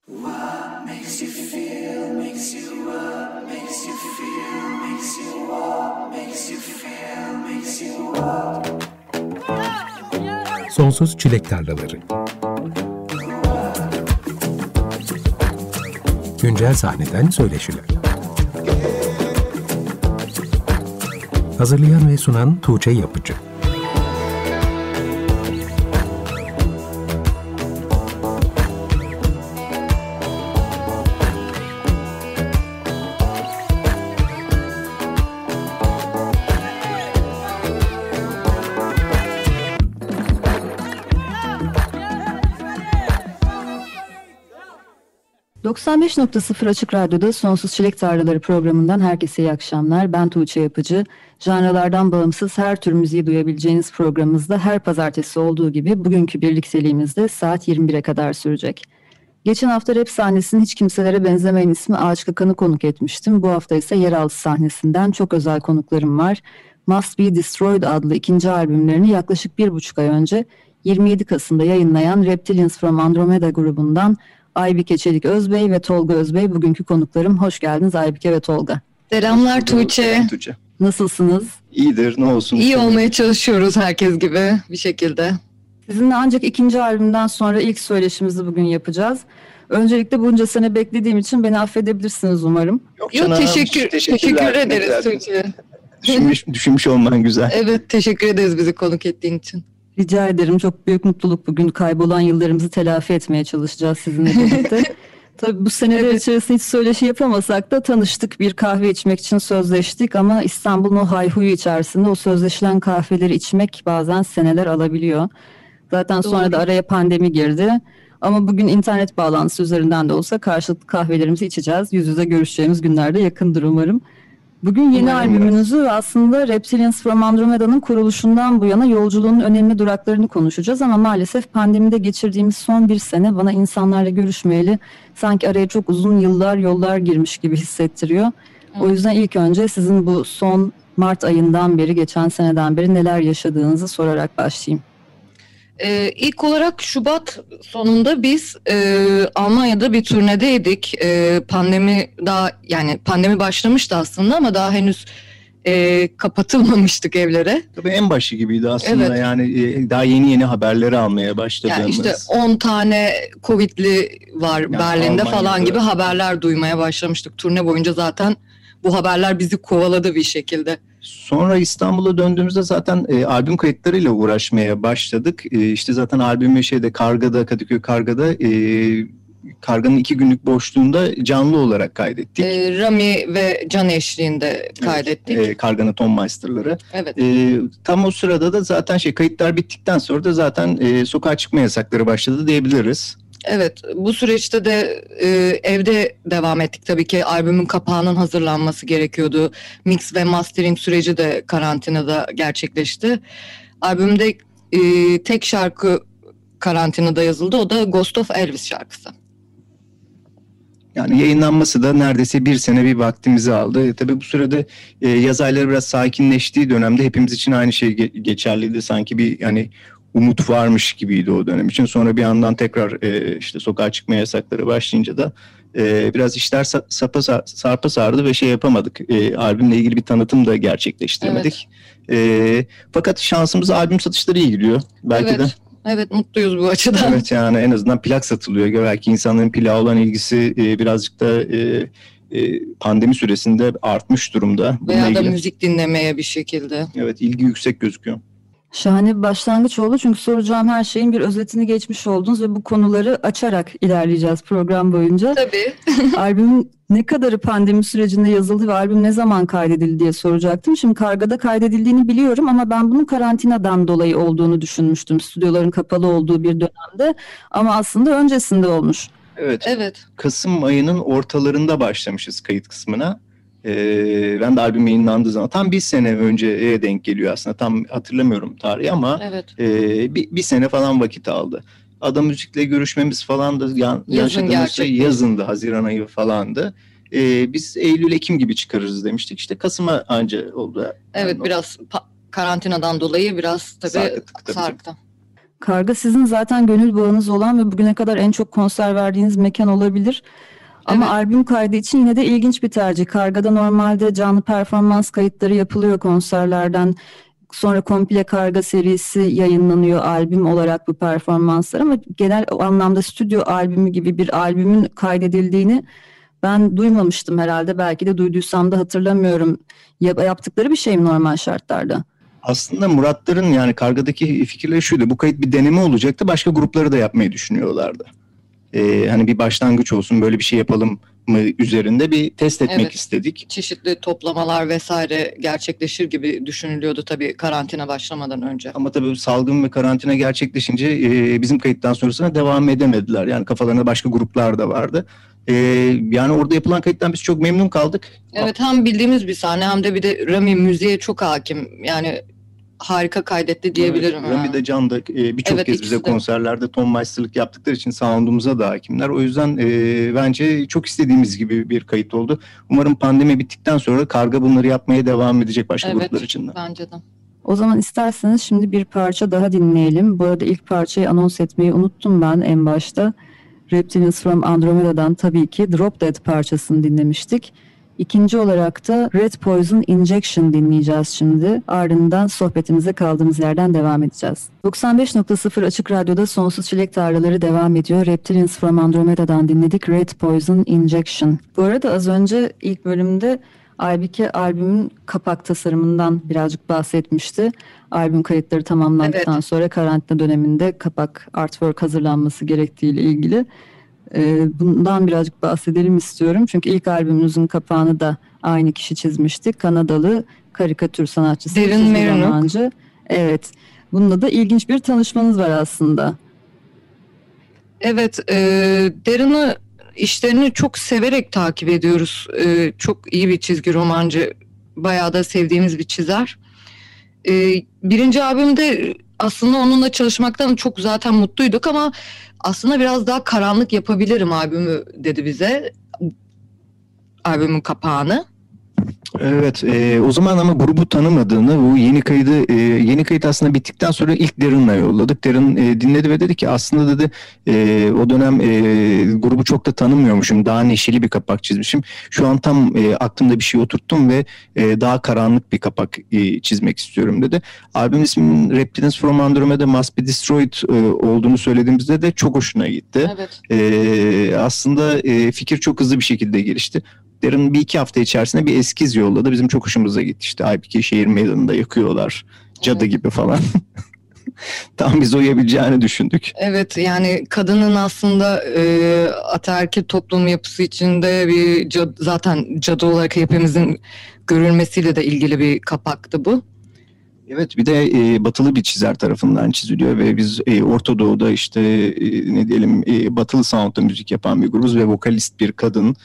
What makes you feel, makes you up, makes you feel, makes you walk, makes you feel, makes you walk. Sonsuz Çilek Tarlaları. Güncel sahneden söyleşiler. Hazırlayan ve sunan Tuğçe Yapıcı. ...95.0 Açık Radyo'da Sonsuz Çilek Tarlaları programından herkese iyi akşamlar. Ben Tuğçe Yapıcı. Janralardan bağımsız her tür müziği duyabileceğiniz programımızda her pazartesi olduğu gibi bugünkü birlikteliğimizde saat 21'e kadar sürecek. Geçen hafta rap sahnesinin hiç kimselere benzemeyen ismi Ağaç Kakan'ı konuk etmiştim. Bu hafta ise Yeraltı sahnesinden çok özel konuklarım var. Must Be Destroyed adlı ikinci albümlerini yaklaşık 1,5 ay önce 27 Kasım'da yayınlayan Reptilians from Andromeda grubundan Aybike Çelik Özbey ve Tolga Özbey bugünkü konuklarım. Hoş geldiniz Aybike ve Tolga. Selamlar Tuğçe. Nasılsınız? İyidir, ne olsun. İyi olmaya çalışıyoruz herkes gibi bir şekilde. Sizinle ancak ikinci albümden sonra ilk söyleşimizi bugün yapacağız. Öncelikle bunca sene beklediğim için beni affedebilirsiniz umarım. Yok teşekkür ederiz Tuğçe. Düşünmüş olman güzel. Evet, teşekkür ederiz bizi konuk ettiğin için. Rica ederim. Çok büyük mutluluk bugün. Kaybolan yıllarımızı telafi etmeye çalışacağız sizinle birlikte. Tabii bu seneler içerisinde hiç söyleşi yapamasak da tanıştık. Bir kahve içmek için sözleştik ama İstanbul'un o hayhuyu içerisinde o sözleşilen kahveleri içmek bazen seneler alabiliyor. Zaten Doğru. Sonra da araya pandemi girdi. Ama bugün internet bağlantısı üzerinden de olsa karşılıklı kahvelerimizi içeceğiz. Yüz yüze görüşeceğimiz günlerde yakındır umarım. Bugün yeni albümünüzü aslında Reptilians from Andromeda'nın kuruluşundan bu yana yolculuğunun önemli duraklarını konuşacağız ama maalesef pandemide geçirdiğimiz son bir sene bana insanlarla görüşmeyeli sanki araya çok uzun yollar girmiş gibi hissettiriyor. O yüzden ilk önce sizin bu son Mart ayından beri, geçen seneden beri neler yaşadığınızı sorarak başlayayım. İlk olarak Şubat sonunda biz Almanya'da bir turnedeydik. Pandemi başlamıştı aslında ama daha henüz kapatılmamıştık evlere. Tabii en başı gibiydi aslında, evet. Yani daha yeni haberleri almaya başladığımız. Yani işte 10 tane Covid'li var yani Berlin'de Almanya'da falan gibi haberler duymaya başlamıştık. Turne boyunca zaten bu haberler bizi kovaladı bir şekilde. Sonra İstanbul'a döndüğümüzde zaten albüm kayıtlarıyla uğraşmaya başladık. İşte zaten albümü Kadıköy Karga'da Karga'nın 2 günlük boşluğunda canlı olarak kaydettik. Rami ve Can eşliğinde kaydettik. Evet, Karga'nın Tonmeister'ları. Evet. Tam o sırada da zaten kayıtlar bittikten sonra da zaten sokağa çıkma yasakları başladı diyebiliriz. Evet, bu süreçte de evde devam ettik tabii ki. Albümün kapağının hazırlanması gerekiyordu. Mix ve mastering süreci de karantinada gerçekleşti. Albümde tek şarkı karantinada yazıldı. O da Ghost of Elvis şarkısı. Yani yayınlanması da neredeyse bir sene bir vaktimizi aldı. Tabii bu sürede yaz ayları biraz sakinleştiği dönemde hepimiz için aynı şey geçerliydi. Sanki bir umut varmış gibiydi o dönem için. Sonra bir yandan tekrar sokağa çıkma yasakları başlayınca da biraz işler sarpa sardı ve yapamadık. Albümle ilgili bir tanıtım da gerçekleştiremedik. Evet. Fakat şansımız albüm satışları iyi gidiyor. Belki de. Evet, mutluyuz bu açıdan. Evet, yani en azından plak satılıyor. Belki insanların plağa olan ilgisi birazcık da pandemi süresinde artmış durumda. Veya da müzik dinlemeye bir şekilde. Evet, ilgi yüksek gözüküyor. Şahane bir başlangıç oldu çünkü soracağım her şeyin bir özetini geçmiş oldunuz ve bu konuları açarak ilerleyeceğiz program boyunca. Tabii. Albümün ne kadarı pandemi sürecinde yazıldı ve albüm ne zaman kaydedildi diye soracaktım. Şimdi Karga'da kaydedildiğini biliyorum ama ben bunun karantinadan dolayı olduğunu düşünmüştüm. Stüdyoların kapalı olduğu bir dönemde ama aslında öncesinde olmuş. Evet. Kasım ayının ortalarında başlamışız kayıt kısmına. Ben de albüm yayınlandığı zaman tam bir sene önceye denk geliyor aslında. Tam hatırlamıyorum tarihi ama evet. Bir sene falan vakit aldı. Ada Müzik'le görüşmemiz falan da yazındı, Haziran ayı falandı. Biz Eylül-Ekim gibi çıkarırız demiştik. İşte Kasım'a anca oldu. Evet, biraz karantinadan dolayı biraz tabii sarktı. Karga sizin zaten gönül bağınız olan ve bugüne kadar en çok konser verdiğiniz mekan olabilir. Ama Evet. albüm kaydı için yine de ilginç bir tercih. Karga'da normalde canlı performans kayıtları yapılıyor konserlerden. Sonra Komple Karga serisi yayınlanıyor albüm olarak bu performanslar. Ama genel anlamda stüdyo albümü gibi bir albümün kaydedildiğini ben duymamıştım herhalde. Belki de duyduysam da hatırlamıyorum. Yaptıkları bir şey mi normal şartlarda? Aslında Muratların yani Karga'daki fikirleri şuydu. Bu kayıt bir deneme olacaktı. Başka grupları da yapmayı düşünüyorlardı. Hani bir başlangıç olsun, böyle bir şey yapalım mı üzerinde bir test etmek Evet. istedik. Çeşitli toplamalar vesaire gerçekleşir gibi düşünülüyordu tabii karantina başlamadan önce. Ama tabii salgın ve karantina gerçekleşince bizim kayıttan sonrasına devam edemediler. Yani kafalarında başka gruplar da vardı. Yani orada yapılan kayıttan biz çok memnun kaldık. Evet, hem bildiğimiz bir sahne hem de bir de Rami müziğe çok hakim. Yani harika kaydetti diyebilirim. Evet, Rami de Can da birçok Evet, kez ikisi bize de. konserlerde ton masterlık yaptıkları için sound'umuza da hakimler. O yüzden bence çok istediğimiz gibi bir kayıt oldu. Umarım pandemi bittikten sonra Karga bunları yapmaya devam edecek başka Evet, gruplar için de. bence de. O zaman isterseniz şimdi bir parça daha dinleyelim. Bu arada ilk parçayı anons etmeyi unuttum ben en başta. Reptilians from Andromeda'dan tabii ki Drop Dead parçasını dinlemiştik. İkinci olarak da Red Poison Injection dinleyeceğiz şimdi. Ardından sohbetimize kaldığımız yerden devam edeceğiz. 95.0 Açık Radyo'da Sonsuz Çilek Tarlaları devam ediyor. Reptilians from Andromeda'dan dinledik Red Poison Injection. Bu arada az önce ilk bölümde Aybike albümün kapak tasarımından birazcık bahsetmişti. Albüm kayıtları tamamlandıktan sonra karantina döneminde kapak artwork hazırlanması gerektiğiyle ilgili. Bundan birazcık bahsedelim istiyorum. Çünkü ilk albümümüzün kapağını da aynı kişi çizmişti. Kanadalı karikatür sanatçısı. Darren çizgi Marinock. romancı. Evet. Bununla da ilginç bir tanışmanız var aslında. Evet, Darren'ı işlerini çok severek takip ediyoruz. Çok iyi bir çizgi romancı. Bayağı da sevdiğimiz bir çizer. Birinci albümde aslında onunla çalışmaktan çok zaten mutluyduk ama aslında biraz daha karanlık yapabilirim albümü dedi bize. Albümün kapağını. Evet, o zaman ama grubu tanımadığını, bu yeni kayıt aslında bittikten sonra ilk Darren'la yolladık. Darren dinledi ve dedi ki aslında dedi o dönem grubu çok da tanımıyormuşum. Daha neşeli bir kapak çizmişim. Şu an tam aklımda bir şey oturttum ve daha karanlık bir kapak çizmek istiyorum dedi. Albüm isminin Reptilians from Andromeda Must Be Destroyed olduğunu söylediğimizde de çok hoşuna gitti. Evet. Aslında fikir çok hızlı bir şekilde gelişti. Darren bir iki hafta içerisinde bir eskiz yolladı. Bizim çok hoşumuza gitti. İşte Aybike şehir meydanında yakıyorlar. Cadı Evet. gibi falan. Tam biz uyabileceğini düşündük. Evet, yani kadının aslında ataerkil toplum yapısı içinde bir zaten cadı olarak hepimizin görülmesiyle de ilgili bir kapaktı bu. Evet, bir de batılı bir çizer tarafından çiziliyor ve biz Orta Doğu'da işte ne diyelim batılı sound'da müzik yapan bir grubuz ve vokalist bir kadın.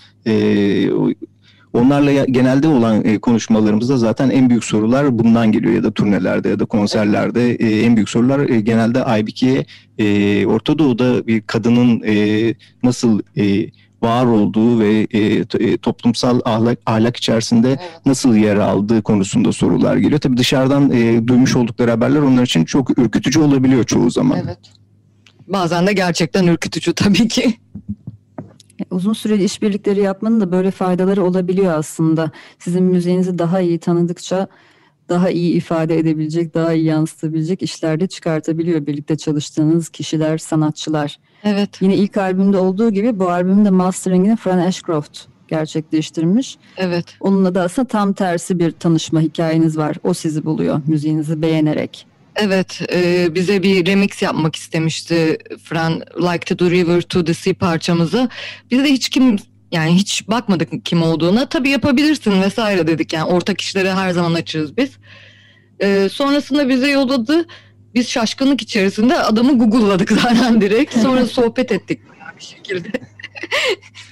Onlarla genelde olan konuşmalarımızda zaten en büyük sorular bundan geliyor ya da turnelerde ya da konserlerde en büyük sorular genelde Aybike'ye Orta Doğu'da bir kadının nasıl var olduğu ve toplumsal ahlak içerisinde Evet. nasıl yer aldığı konusunda sorular geliyor. Tabii dışarıdan duymuş oldukları haberler onlar için çok ürkütücü olabiliyor çoğu zaman. Evet. Bazen de gerçekten ürkütücü tabii ki. Uzun süreli işbirlikleri yapmanın da böyle faydaları olabiliyor aslında. Sizin müziğinizi daha iyi tanıdıkça daha iyi ifade edebilecek, daha iyi yansıtabilecek işler de çıkartabiliyor birlikte çalıştığınız kişiler, sanatçılar. Evet. Yine ilk albümde olduğu gibi bu albümün de masteringini Fran Ashcroft gerçekleştirmiş. Evet. Onunla da aslında tam tersi bir tanışma hikayeniz var. O sizi buluyor müziğinizi beğenerek. Evet, bize bir remix yapmak istemişti Fran, Like to the River to the Sea parçamızı. Biz de hiç bakmadık kim olduğuna. Tabii yapabilirsin vesaire dedik, yani ortak işlere her zaman açığız biz. Sonrasında bize yolladı. Biz şaşkınlık içerisinde adamı Google'ladık zaten direkt. Sonra sohbet ettik bir şekilde.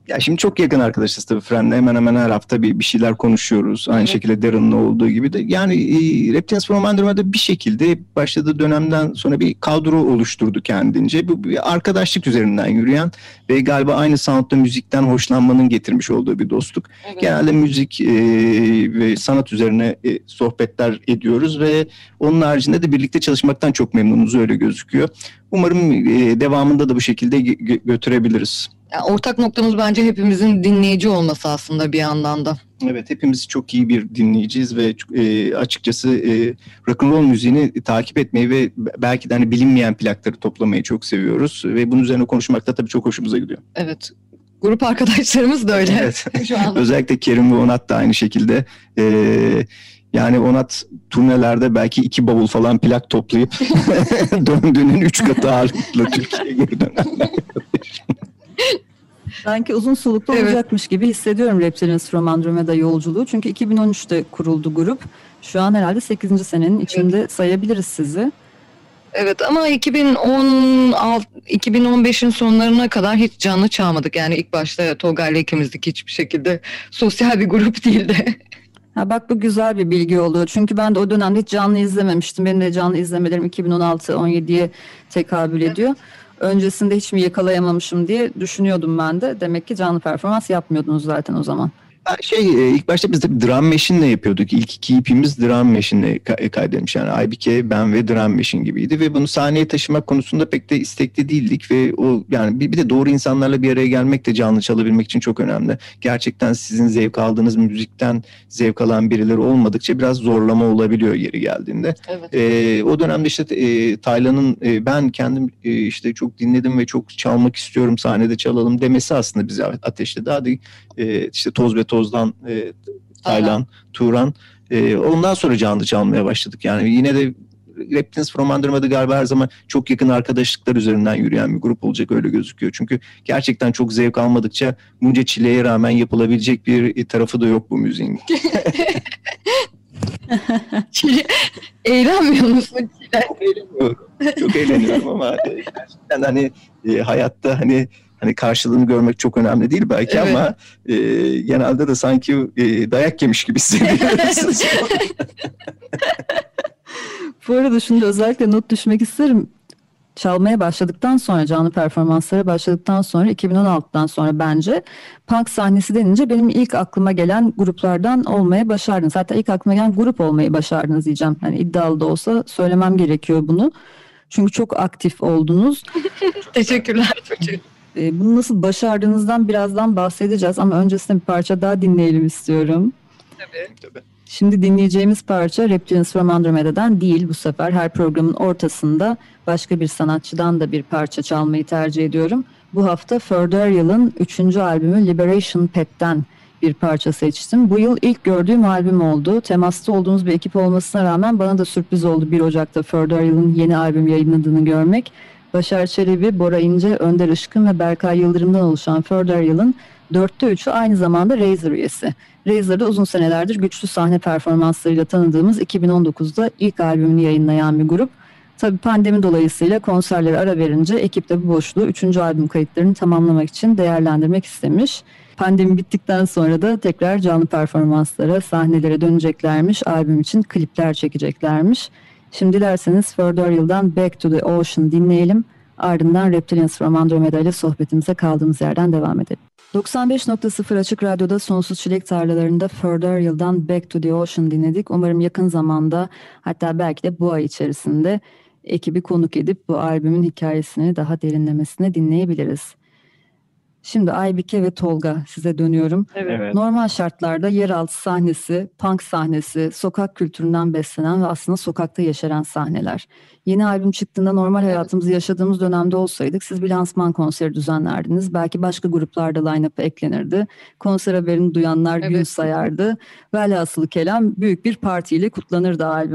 Ya şimdi çok yakın arkadaşız tabii Fren'le. Hemen hemen her hafta bir şeyler konuşuyoruz. Aynı şekilde Darren'ın olduğu gibi de. Yani Reptilians from Andromeda'da bir şekilde başladığı dönemden sonra bir kadro oluşturdu kendince. Bu bir arkadaşlık üzerinden yürüyen ve galiba aynı sound'da müzikten hoşlanmanın getirmiş olduğu bir dostluk. Evet. Genelde müzik ve sanat üzerine sohbetler ediyoruz ve onun haricinde de birlikte çalışmaktan çok memnunuz, öyle gözüküyor. Umarım devamında da bu şekilde götürebiliriz. Yani ortak noktamız bence hepimizin dinleyici olması aslında bir yandan da. Evet, hepimiz çok iyi bir dinleyiciyiz ve açıkçası rock'n'roll müziğini takip etmeyi ve belki de hani bilinmeyen plakları toplamayı çok seviyoruz ve bunun üzerine konuşmak da tabii çok hoşumuza gidiyor. Evet. Grup arkadaşlarımız da öyle. Evet. Şu anda. Özellikle Kerim ve Onat da aynı şekilde. Yani Onat turnelerde belki 2 bavul falan plak toplayıp döndüğünün 3 katı ağırlıkla Türkiye'ye geri dönen. Sanki uzun soluklu olacakmış gibi hissediyorum Reptilians from Andromeda yolculuğu. Çünkü 2013'te kuruldu grup. Şu an herhalde 8. senenin içinde sayabiliriz sizi. Evet ama 2015'in sonlarına kadar hiç canlı çalmadık. Yani ilk başta Tolga ile ikimizdik, hiçbir şekilde sosyal bir grup değildi. Ha bak, bu güzel bir bilgi oluyor. Çünkü ben de o dönemde hiç canlı izlememiştim. Benim de canlı izlemelerim 2016-17'ye tekabül ediyor. Öncesinde hiç mi yakalayamamışım diye düşünüyordum ben de. Demek ki canlı performans yapmıyordunuz zaten o zaman. İlk başta biz de Drum Machine'le yapıyorduk. İlk 2 EP'miz Drum Machine'le kaydedilmiş. Yani IBK, ben ve Drum Machine gibiydi ve bunu sahneye taşımak konusunda pek de istekli değildik ve o yani bir de doğru insanlarla bir araya gelmek de canlı çalabilmek için çok önemli. Gerçekten sizin zevk aldığınız müzikten zevk alan birileri olmadıkça biraz zorlama olabiliyor yeri geldiğinde. Evet. O dönemde işte Taylan'ın ben kendim işte çok dinledim ve çok çalmak istiyorum, sahnede çalalım demesi aslında bizi ateşledi. Hadi işte Toz ve Toz'dan Taylan, Turan. Ondan sonra canlı çalmaya başladık. Yani yine de Reptilians from Andromeda galiba her zaman çok yakın arkadaşlıklar üzerinden yürüyen bir grup olacak, öyle gözüküyor. Çünkü gerçekten çok zevk almadıkça bunca çileye rağmen yapılabilecek bir tarafı da yok bu müziğin. Eğlenmiyor musun? Çok eğleniyorum. Çok eğleniyorum ama gerçekten hani hayatta hani karşılığını görmek çok önemli değil belki, evet. Ama genelde de sanki dayak yemiş gibi hissediyoruz. Bu arada şunu da özellikle not düşmek isterim. Çalmaya başladıktan sonra, canlı performanslara başladıktan sonra 2016'dan sonra bence punk sahnesi denince benim ilk aklıma gelen gruplardan olmaya başardınız. Hatta ilk aklıma gelen grup olmayı başardınız diyeceğim. Yani iddialı da olsa söylemem gerekiyor bunu. Çünkü çok aktif oldunuz. Teşekkürler. Bunu nasıl başardığınızdan birazdan bahsedeceğiz ama öncesinde bir parça daha dinleyelim istiyorum. Tabii. Şimdi dinleyeceğimiz parça Reptilians from Andromeda'dan değil bu sefer. Her programın ortasında başka bir sanatçıdan da bir parça çalmayı tercih ediyorum. Bu hafta Further 3. albümü Liberation Pet'ten bir parça seçtim. Bu yıl ilk gördüğüm albüm oldu. Temasta olduğumuz bir ekip olmasına rağmen bana da sürpriz oldu 1 Ocak'ta Further yeni albüm yayınladığını görmek. Başar Çelebi, Bora İnce, Önder Işkın ve Berkay Yıldırım'dan oluşan Further 4'te 3'ü aynı zamanda Razor üyesi. Razor'da uzun senelerdir güçlü sahne performanslarıyla tanıdığımız 2019'da ilk albümünü yayınlayan bir grup. Tabii pandemi dolayısıyla konserlere ara verince ekip de bu boşluğu 3. albüm kayıtlarını tamamlamak için değerlendirmek istemiş. Pandemi bittikten sonra da tekrar canlı performanslara, sahnelere döneceklermiş, albüm için klipler çekeceklermiş. Şimdi dilerseniz Further Back to the Ocean dinleyelim. Ardından Reptilians from Andromeda ile sohbetimize kaldığımız yerden devam edelim. 95.0 Açık Radyo'da Sonsuz Çilek Tarlalarında Further Back to the Ocean dinledik. Umarım yakın zamanda, hatta belki de bu ay içerisinde ekibi konuk edip bu albümün hikayesini daha derinlemesine dinleyebiliriz. Şimdi Aybike ve Tolga, size dönüyorum. Evet. Normal şartlarda yeraltı sahnesi, punk sahnesi, sokak kültüründen beslenen ve aslında sokakta yeşeren sahneler. Yeni albüm çıktığında normal hayatımızı yaşadığımız dönemde olsaydık siz bir lansman konseri düzenlerdiniz. Belki başka gruplarda line-up'a eklenirdi. Konser haberini duyanlar gün sayardı. Velhasılı kelam büyük bir partiyle kutlanırdı albüm.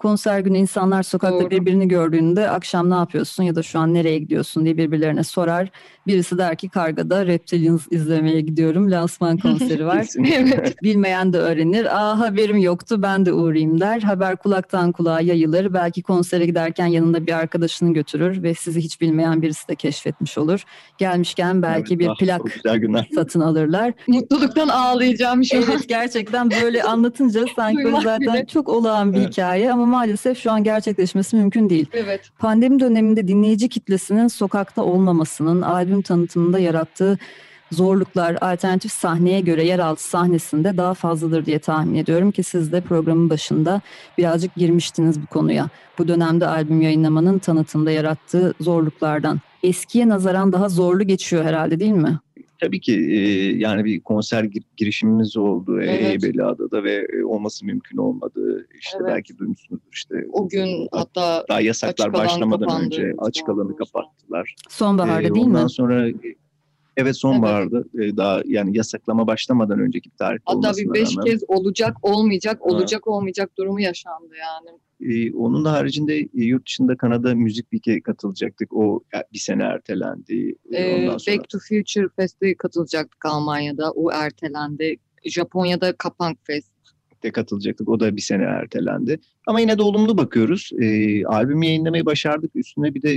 Konser günü insanlar sokakta Doğru. birbirini gördüğünde akşam ne yapıyorsun ya da şu an nereye gidiyorsun diye birbirlerine sorar. Birisi der ki Karga'da Reptilians izlemeye gidiyorum. Lansman konseri var. Evet. Bilmeyen de öğrenir. Haberim yoktu, ben de uğrayayım der. Haber kulaktan kulağa yayılır. Belki konsere giderken yanında bir arkadaşını götürür ve sizi hiç bilmeyen birisi de keşfetmiş olur. Gelmişken belki bir plak çok güzel günler. satın alırlar. Mutluluktan ağlayacağım şu an. Evet, gerçekten böyle anlatınca sanki Duymak zaten bile. çok olağan bir Evet. hikaye ama maalesef şu an gerçekleşmesi mümkün değil. Evet. Pandemi döneminde dinleyici kitlesinin sokakta olmamasının albüm tanıtımında yarattığı zorluklar alternatif sahneye göre yeraltı sahnesinde daha fazladır diye tahmin ediyorum ki siz de programın başında birazcık girmiştiniz bu konuya. Bu dönemde albüm yayınlamanın tanıtımda yarattığı zorluklardan. Eskiye nazaran daha zorlu geçiyor herhalde, değil mi? Tabii ki yani bir konser girişimimiz oldu Evet. Heybeliada'da ve olması mümkün olmadı. İşte Evet. belki duymuşsunuzdur işte. O gün hatta daha yasaklar açık alan başlamadan kapandı. önce açık alanı kapattılar. Sonbaharda değil Ondan mi? sonra evet sonbaharda daha yani yasaklama başlamadan önceki bir tarihte hatta olmasına bir 5 rağmen. kez olacak olmayacak durumu yaşandı yani. Onun da haricinde yurt dışında Kanada Müzik Week'e katılacaktık. O bir sene ertelendi. Ondan sonra Back to Future Fest'e katılacaktık Almanya'da. O ertelendi. Japonya'da Kapang Fest. de katılacaktık. O da bir sene ertelendi. Ama yine de olumlu bakıyoruz. Albümü yayınlamayı başardık. Üstüne bir de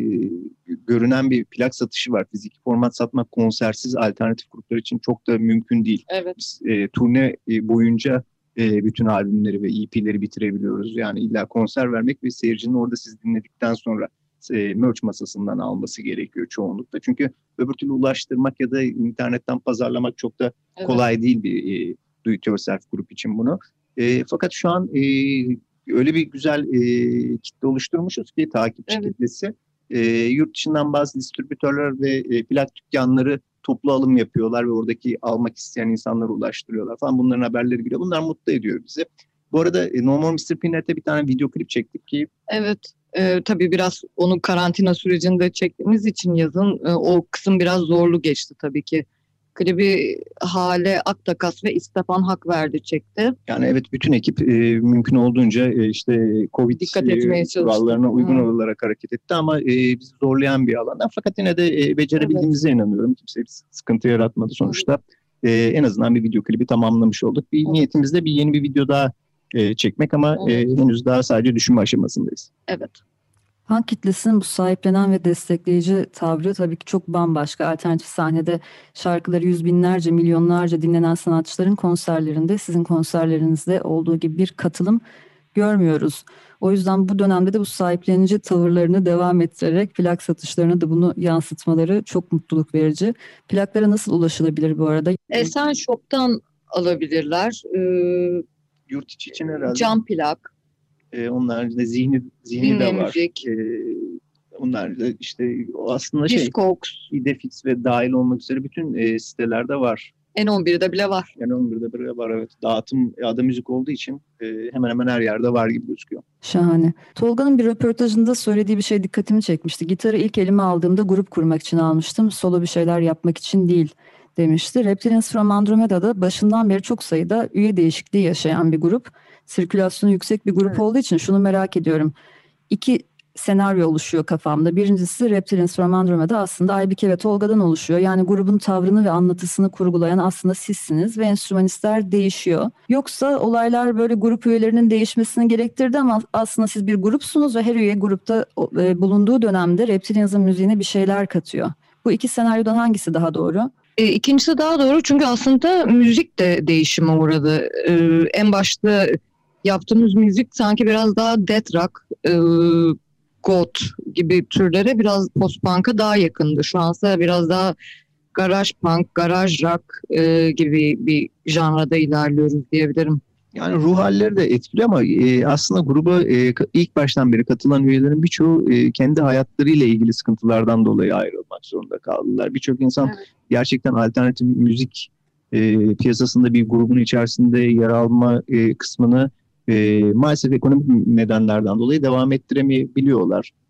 görünen bir plak satışı var. Fiziki format satmak konsersiz alternatif gruplar için çok da mümkün değil. Evet. Biz turne boyunca bütün albümleri ve EP'leri bitirebiliyoruz. Yani illa konser vermek ve seyircinin orada siz dinledikten sonra merch masasından alması gerekiyor çoğunlukla. Çünkü öbür türlü ulaştırmak ya da internetten pazarlamak çok da Evet. kolay değil bir do it yourself grup için bunu. Fakat şu an öyle bir güzel kitle oluşturmuşuz ki takipçi Evet. kitlesi. Yurt dışından bazı distribütörler ve plak dükkanları toplu alım yapıyorlar ve oradaki almak isteyen insanlara ulaştırıyorlar falan. Bunların haberleri geliyor. Bunlar mutlu ediyor bizi. Bu arada No More Mr. Peanut'e bir tane video klip çektik ki Evet. Tabii biraz onu karantina sürecinde çektiğimiz için yazın o kısım biraz zorlu geçti tabii ki. Klibi Hale Aktakas ve İstefan Hakverdi çekti. yani evet bütün ekip mümkün olduğunca işte Covid Dikkat etmeye çalıştı. kurallarına uygun Hı. olarak hareket etti ama bizi zorlayan bir alandan. Fakat yine de becerebildiğimize inanıyorum. Kimse bir sıkıntı yaratmadı sonuçta. En azından bir video klibi tamamlamış olduk. Bir Evet. niyetimiz de yeni bir video daha çekmek ama Evet. henüz daha sadece düşünme aşamasındayız. Evet. Punk kitlesinin bu sahiplenen ve destekleyici tavrı tabii ki çok bambaşka. Alternatif sahnede şarkıları yüz binlerce, milyonlarca dinlenen sanatçıların konserlerinde, sizin konserlerinizde olduğu gibi bir katılım görmüyoruz. O yüzden bu dönemde de bu sahiplenici tavırlarını devam ettirerek plak satışlarına da bunu yansıtmaları çok mutluluk verici. Plaklara nasıl ulaşılabilir bu arada? Esen Shop'tan alabilirler. Yurt içi için herhalde. Cam plak. Onlar da zihni Zihni de var. müzik. Onlar da işte o aslında Discogs. İdefix ve dahil olmak üzere bütün sitelerde var. N11'de bile var. Yani 11'de bir var evet. Dağıtım Ada Müzik olduğu için hemen hemen her yerde var gibi gözüküyor. Şahane. Tolga'nın bir röportajında söylediği bir şey dikkatimi çekmişti. Gitarı ilk elime aldığımda grup kurmak için almıştım. Solo bir şeyler yapmak için değil demişti. Reptilians from Andromeda'da başından beri çok sayıda üye değişikliği yaşayan bir grup. Sirkülasyonu yüksek bir grup Evet. olduğu için şunu merak ediyorum. 2 senaryo oluşuyor kafamda. Birincisi Reptilians from Andromeda aslında Aybike ve Tolga'dan oluşuyor. Yani grubun tavrını ve anlatısını kurgulayan aslında sizsiniz ve enstrümanistler değişiyor. Yoksa olaylar böyle grup üyelerinin değişmesini gerektirdi ama aslında siz bir grupsunuz ve her üye grupta bulunduğu dönemde Reptilians'ın müziğine bir şeyler katıyor. Bu 2 senaryodan hangisi daha doğru? İkincisi daha doğru çünkü aslında müzik de değişime uğradı. En başta yaptığımız müzik sanki biraz daha death rock, goth gibi türlere biraz post-punk'a daha yakındı. Şu ansa biraz daha garaj punk, garaj rock gibi bir janrada ilerliyoruz diyebilirim. Yani ruh halleri de etkiliyor ama aslında gruba ilk baştan beri katılan üyelerin birçoğu kendi hayatlarıyla ilgili sıkıntılardan dolayı ayrılmak zorunda kaldılar. Birçok insan Evet. gerçekten alternatif müzik piyasasında bir grubun içerisinde yer alma kısmını maalesef ekonomik nedenlerden dolayı devam ettiremeyebiliyorlar.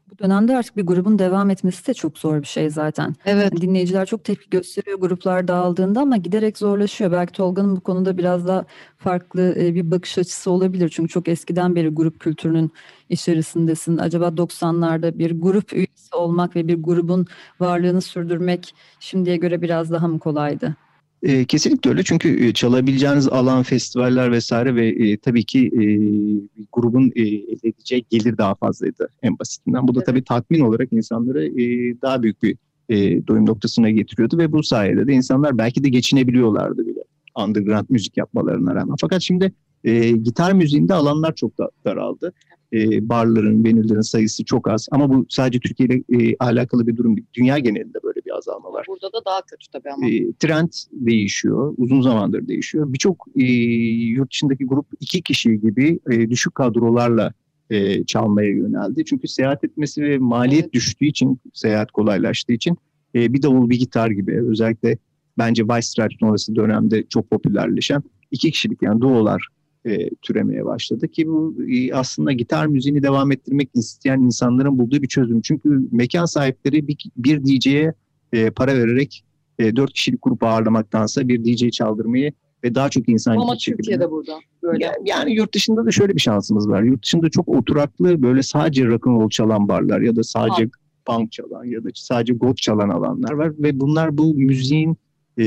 Bu dönemde artık bir grubun devam etmesi de çok zor bir şey zaten. Evet. Yani dinleyiciler çok tepki gösteriyor gruplar dağıldığında ama giderek zorlaşıyor. Belki Tolga'nın bu konuda biraz daha farklı bir bakış açısı olabilir. Çünkü çok eskiden beri grup kültürünün içerisindesin. Acaba 90'larda bir grup üyesi olmak ve bir grubun varlığını sürdürmek şimdiye göre biraz daha mı kolaydı? Kesinlikle öyle çünkü çalabileceğiniz alan, festivaller vesaire ve tabii ki grubun elde edeceği gelir daha fazlaydı en basitinden. Bu da tabii tatmin olarak insanları daha büyük bir doyum noktasına getiriyordu ve bu sayede de insanlar belki de geçinebiliyorlardı bile underground müzik yapmalarına rağmen. Fakat şimdi gitar müziğinde alanlar çok daraldı. Barların, venülerin sayısı çok az ama bu sadece Türkiye ile alakalı bir durum değil. Dünya genelinde böyle bir azalma var. Burada da daha kötü tabii ama. Trend değişiyor. Uzun zamandır değişiyor. Birçok yurt dışındaki grup 2 kişi gibi düşük kadrolarla çalmaya yöneldi. Çünkü seyahat etmesi ve maliyet düştüğü için, seyahat kolaylaştığı için bir davul bir gitar gibi özellikle bence White Stripes sonrası dönemde çok popülerleşen 2 kişilik yani duolar türemeye başladı ki bu aslında gitar müziğini devam ettirmek isteyen insanların bulduğu bir çözüm. Çünkü mekan sahipleri bir DJ'ye para vererek 4 kişilik grup ağırlamaktansa bir DJ çaldırmayı ve daha çok insan ama Türkiye'de burada böyle. Yani yurt dışında da şöyle bir şansımız var. Yurt dışında çok oturaklı böyle sadece rock'n'roll çalan barlar ya da sadece punk çalan ya da sadece goth çalan alanlar var ve bunlar bu müziğin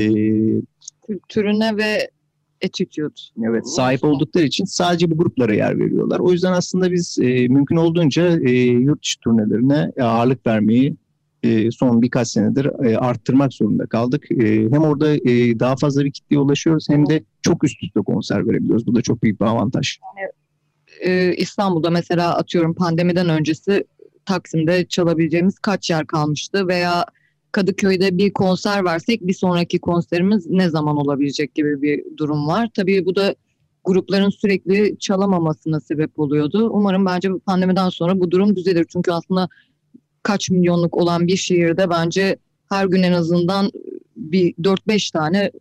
kültürüne ve attitude. Evet, sahip oldukları için sadece bu gruplara yer veriyorlar. O yüzden aslında biz mümkün olduğunca yurt dışı turnelerine ağırlık vermeyi son birkaç senedir arttırmak zorunda kaldık. Hem orada daha fazla bir kitleye ulaşıyoruz hem de çok üst üste konser verebiliyoruz. Bu da çok büyük bir avantaj. Yani, İstanbul'da mesela atıyorum pandemiden öncesi Taksim'de çalabileceğimiz kaç yer kalmıştı veya Kadıköy'de bir konser versek bir sonraki konserimiz ne zaman olabilecek gibi bir durum var. Tabii bu da grupların sürekli çalamamasına sebep oluyordu. Umarım bence bu pandemiden sonra bu durum düzelir. Çünkü aslında kaç milyonluk olan bir şehirde bence her gün en azından bir 4-5 tane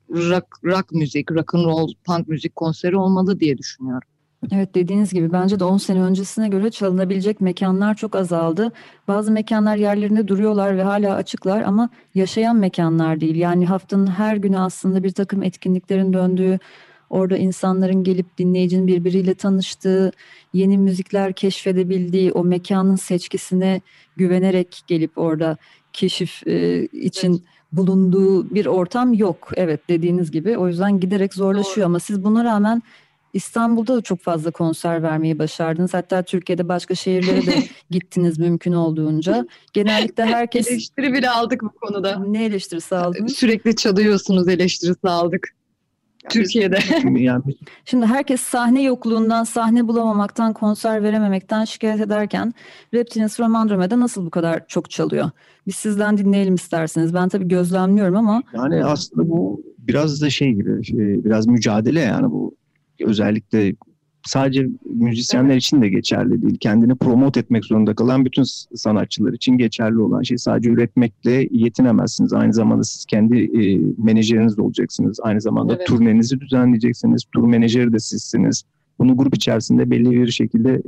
rock müzik, rock and roll, punk müzik konseri olmalı diye düşünüyorum. Evet, dediğiniz gibi bence de 10 sene öncesine göre çalınabilecek mekanlar çok azaldı. Bazı mekanlar yerlerinde duruyorlar ve hala açıklar ama yaşayan mekanlar değil. Yani haftanın her günü aslında bir takım etkinliklerin döndüğü, orada insanların gelip dinleyicinin birbiriyle tanıştığı, yeni müzikler keşfedebildiği, o mekanın seçkisine güvenerek gelip orada keşif için bulunduğu bir ortam yok. Evet, dediğiniz gibi o yüzden giderek zorlaşıyor ama siz buna rağmen İstanbul'da da çok fazla konser vermeyi başardınız. Hatta Türkiye'de başka şehirlere de gittiniz mümkün olduğunca. Genellikle herkes... Eleştiri bile aldık bu konuda. Ne eleştirisi aldınız? Sürekli çalıyorsunuz eleştirisi aldık. Türkiye'de. Şimdi herkes sahne yokluğundan, sahne bulamamaktan, konser verememekten şikayet ederken Reptilians from Andromeda nasıl bu kadar çok çalıyor? Biz sizden dinleyelim isterseniz. Ben tabii gözlemliyorum ama... Yani aslında bu biraz da şey gibi, biraz mücadele yani bu. Özellikle sadece müzisyenler için de geçerli değil. Kendini promote etmek zorunda kalan bütün sanatçılar için geçerli olan şey sadece üretmekle yetinemezsiniz. Aynı zamanda siz kendi menajeriniz de olacaksınız. Aynı zamanda turnenizi düzenleyeceksiniz. Tur menajeri de sizsiniz. Bunu grup içerisinde belli bir şekilde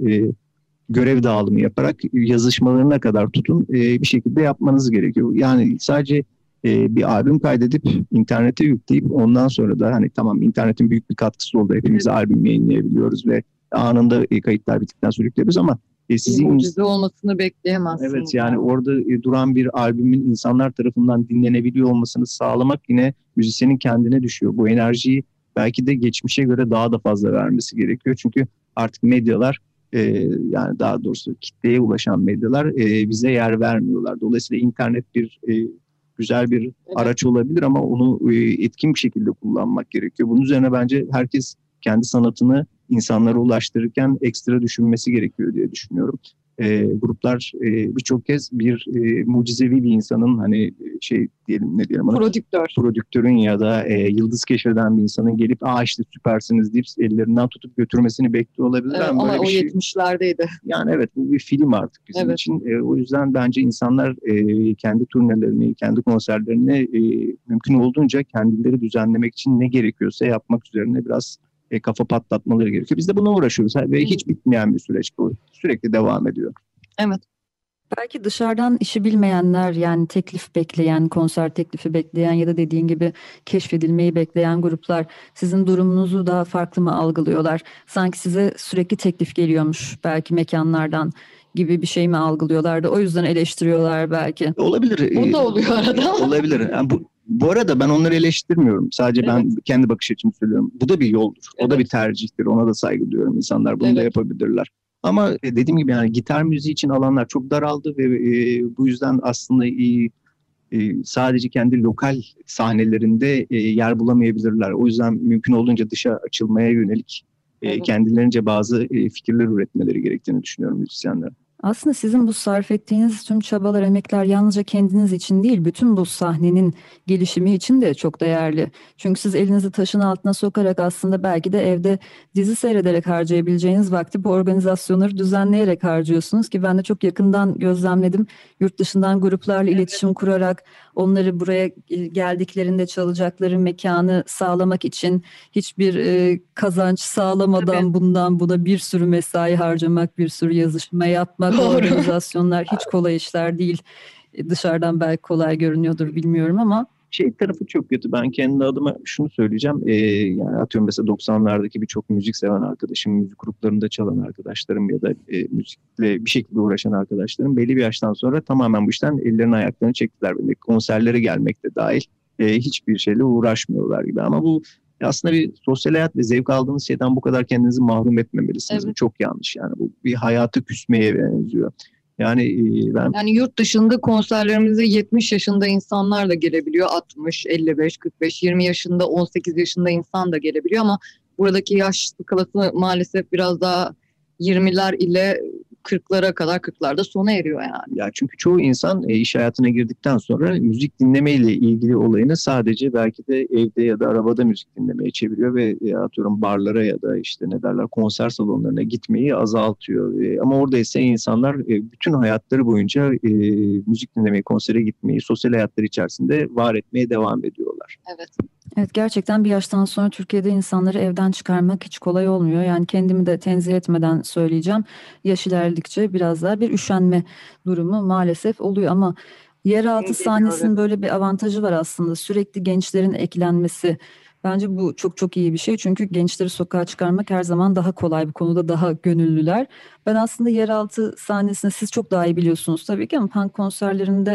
görev dağılımı yaparak yazışmalarına kadar tutun bir şekilde yapmanız gerekiyor. Yani sadece bir albüm kaydedip internete yükleyip ondan sonra da hani tamam internetin büyük bir katkısı oldu. Hepimiz albüm yayınlayabiliyoruz ve anında kayıtlar bittikten sonra yükleyebiliriz ama sizin mucize olmasını bekleyemezsiniz. Evet yani orada duran bir albümün insanlar tarafından dinlenebiliyor olmasını sağlamak yine müzisyenin kendine düşüyor. Bu enerjiyi belki de geçmişe göre daha da fazla vermesi gerekiyor. Çünkü artık medyalar yani daha doğrusu kitleye ulaşan medyalar bize yer vermiyorlar. Dolayısıyla internet bir güzel bir araç olabilir ama onu etkin bir şekilde kullanmak gerekiyor. Bunun üzerine bence herkes kendi sanatını insanlara ulaştırırken ekstra düşünmesi gerekiyor diye düşünüyorum. Gruplar birçok kez bir mucizevi bir insanın hani şey diyelim ne diyelim prodüktörün ya da yıldız keşfeden bir insanın gelip işte süpersiniz deyip ellerinden tutup götürmesini bekliyor olabilir ama o şey, 70'lerdeydi. Yani evet bu bir film artık bizim için. O yüzden bence insanlar kendi turnelerini, kendi konserlerini mümkün olduğunca kendileri düzenlemek için ne gerekiyorsa yapmak üzerine biraz kafa patlatmaları gerekiyor. Biz de buna uğraşıyoruz ve hiç bitmeyen bir süreç bu. Sürekli devam ediyor. Evet. Belki dışarıdan işi bilmeyenler, yani teklif bekleyen, konser teklifi bekleyen ya da dediğin gibi keşfedilmeyi bekleyen gruplar sizin durumunuzu daha farklı mı algılıyorlar? Sanki size sürekli teklif geliyormuş belki mekanlardan gibi bir şey mi algılıyorlar da o yüzden eleştiriyorlar belki. Olabilir. O da oluyor arada. Olabilir. Yani bu arada ben onları eleştirmiyorum. Sadece ben kendi bakış açımı söylüyorum. Bu da bir yoldur. O da bir tercihtir. Ona da saygı duyuyorum. İnsanlar bunu da yapabilirler. Ama dediğim gibi yani gitar müziği için alanlar çok daraldı ve bu yüzden aslında sadece kendi lokal sahnelerinde yer bulamayabilirler. O yüzden mümkün olduğunca dışa açılmaya yönelik kendilerince bazı fikirler üretmeleri gerektiğini düşünüyorum müzisyenler. Aslında sizin bu sarf ettiğiniz tüm çabalar, emekler yalnızca kendiniz için değil, bütün bu sahnenin gelişimi için de çok değerli. Çünkü siz elinizi taşın altına sokarak aslında belki de evde dizi seyrederek harcayabileceğiniz vakti bu organizasyonları düzenleyerek harcıyorsunuz ki ben de çok yakından gözlemledim. Yurt dışından gruplarla iletişim kurarak onları buraya geldiklerinde çalacakları mekanı sağlamak için hiçbir kazanç sağlamadan bundan buna bir sürü mesai harcamak, bir sürü yazışma yapmak, organizasyonlar hiç kolay işler değil. Dışarıdan belki kolay görünüyordur, bilmiyorum ama. Tarafı çok kötü. Ben kendi adıma şunu söyleyeceğim. Yani atıyorum mesela 90'lardaki birçok müzik seven arkadaşım, müzik gruplarında çalan arkadaşlarım ya da müzikle bir şekilde uğraşan arkadaşlarım belli bir yaştan sonra tamamen bu işten ellerini ayaklarını çektiler. Böyle konserlere gelmek de dahil hiçbir şeyle uğraşmıyorlar gibi. Ama bu aslında bir sosyal hayat ve zevk aldığınız şeyden bu kadar kendinizi mahrum etmemelisiniz. Bu çok yanlış yani. Bu bir hayatı küsmeye benziyor. Yani yurt dışında konserlerimize 70 yaşında insanlar da gelebiliyor. 60, 55, 45, 20 yaşında, 18 yaşında insan da gelebiliyor ama buradaki yaş skalası maalesef biraz daha 20'ler ile 40'lara kadar, 40'larda sona eriyor yani. Ya çünkü çoğu insan iş hayatına girdikten sonra müzik dinlemeyle ilgili olayını sadece belki de evde ya da arabada müzik dinlemeye çeviriyor ve atıyorum barlara ya da işte konser salonlarına gitmeyi azaltıyor. Ama orada ise insanlar bütün hayatları boyunca müzik dinlemeyi, konsere gitmeyi, sosyal hayatları içerisinde var etmeye devam ediyorlar. Evet, gerçekten bir yaştan sonra Türkiye'de insanları evden çıkarmak hiç kolay olmuyor. Yani kendimi de tenzih etmeden söyleyeceğim. Yaş ilerledikçe biraz daha bir üşenme durumu maalesef oluyor ama yeraltı sahnesinin böyle bir avantajı var aslında. Sürekli gençlerin eklenmesi. Bence bu çok çok iyi bir şey. Çünkü gençleri sokağa çıkarmak her zaman daha kolay, bu konuda daha gönüllüler. Ben aslında yeraltı sahnesini siz çok daha iyi biliyorsunuz tabii ki ama punk konserlerinde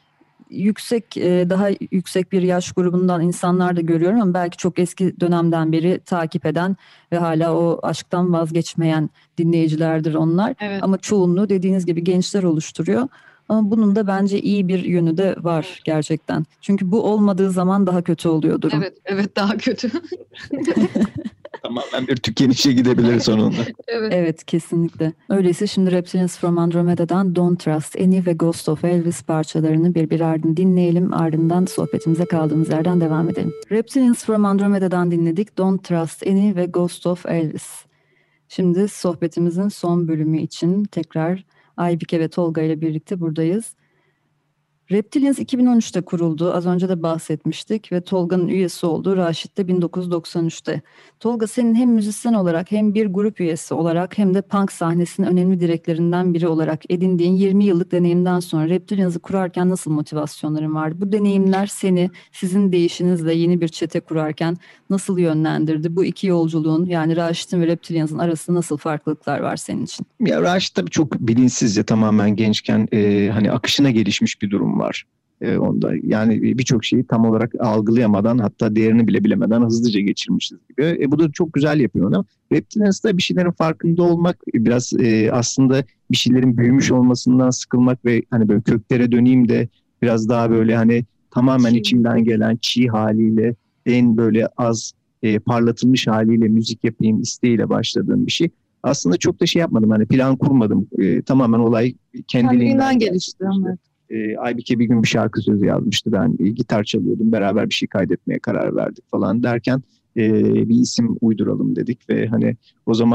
daha yüksek bir yaş grubundan insanlar da görüyorum ama belki çok eski dönemden beri takip eden ve hala o aşktan vazgeçmeyen dinleyicilerdir onlar. Ama çoğunluğu dediğiniz gibi gençler oluşturuyor. Ama bunun da bence iyi bir yönü de var gerçekten. Çünkü bu olmadığı zaman daha kötü oluyor durum. Evet daha kötü. Tamamen bir tükenişe gidebilir sonunda. Evet, kesinlikle. Öyleyse şimdi Reptilians from Andromeda'dan Don't Trust Any ve Ghost of Elvis parçalarını bir ardına dinleyelim. Ardından sohbetimize kaldığımız yerden devam edelim. Reptilians from Andromeda'dan dinledik. Don't Trust Any ve Ghost of Elvis. Şimdi sohbetimizin son bölümü için tekrar Aybike ve Tolga ile birlikte buradayız. Reptilians 2013'te kuruldu. Az önce de bahsetmiştik ve Tolga'nın üyesi olduğu Raşit de 1993'te. Tolga, senin hem müzisyen olarak hem bir grup üyesi olarak hem de punk sahnesinin önemli direklerinden biri olarak edindiğin 20 yıllık deneyimden sonra Reptilians'ı kurarken nasıl motivasyonların vardı? Bu deneyimler seni sizin değişinizle yeni bir çete kurarken nasıl yönlendirdi? Bu iki yolculuğun, yani Raşit'in ve Reptilians'ın arasında nasıl farklılıklar var senin için? Ya Raşit tabii çok bilinçsizce, tamamen gençken hani akışına gelişmiş bir durum var onda. Yani birçok şeyi tam olarak algılayamadan, hatta değerini bile bilemeden hızlıca geçirmişiz gibi. Bu da çok güzel yapıyor onu. Reptilians'ta bir şeylerin farkında olmak, biraz aslında bir şeylerin büyümüş olmasından sıkılmak ve hani böyle köklere döneyim de biraz daha böyle hani tamamen içimden gelen çiğ haliyle, en böyle az parlatılmış haliyle müzik yapayım isteğiyle başladığım bir şey. Aslında çok da şey yapmadım, hani plan kurmadım. Tamamen olay kendiliğinden gelişti. Aybike bir gün bir şarkı sözü yazmıştı. Ben gitar çalıyordum. Beraber bir şey kaydetmeye karar verdik falan derken bir isim uyduralım dedik ve hani o zaman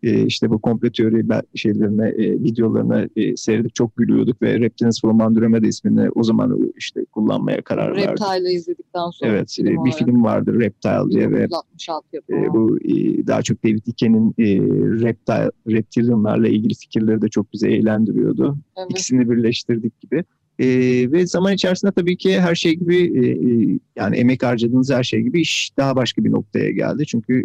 işte bu komplo teori şeylerine, videolarına seyredip çok gülüyorduk ve Reptiles from Andromeda ismini o zaman işte kullanmaya karar verdik. Reptile'ı izledikten sonra. Evet, bir film vardır Reptile diye ve 1966 yapımı. bu daha çok David Icke'nin reptilianlarla ilgili fikirleri de çok bizi eğlendiriyordu. Evet. İkisini birleştirdik gibi. Ve zaman içerisinde tabii ki her şey gibi yani emek harcadığınız her şey gibi iş daha başka bir noktaya geldi. Çünkü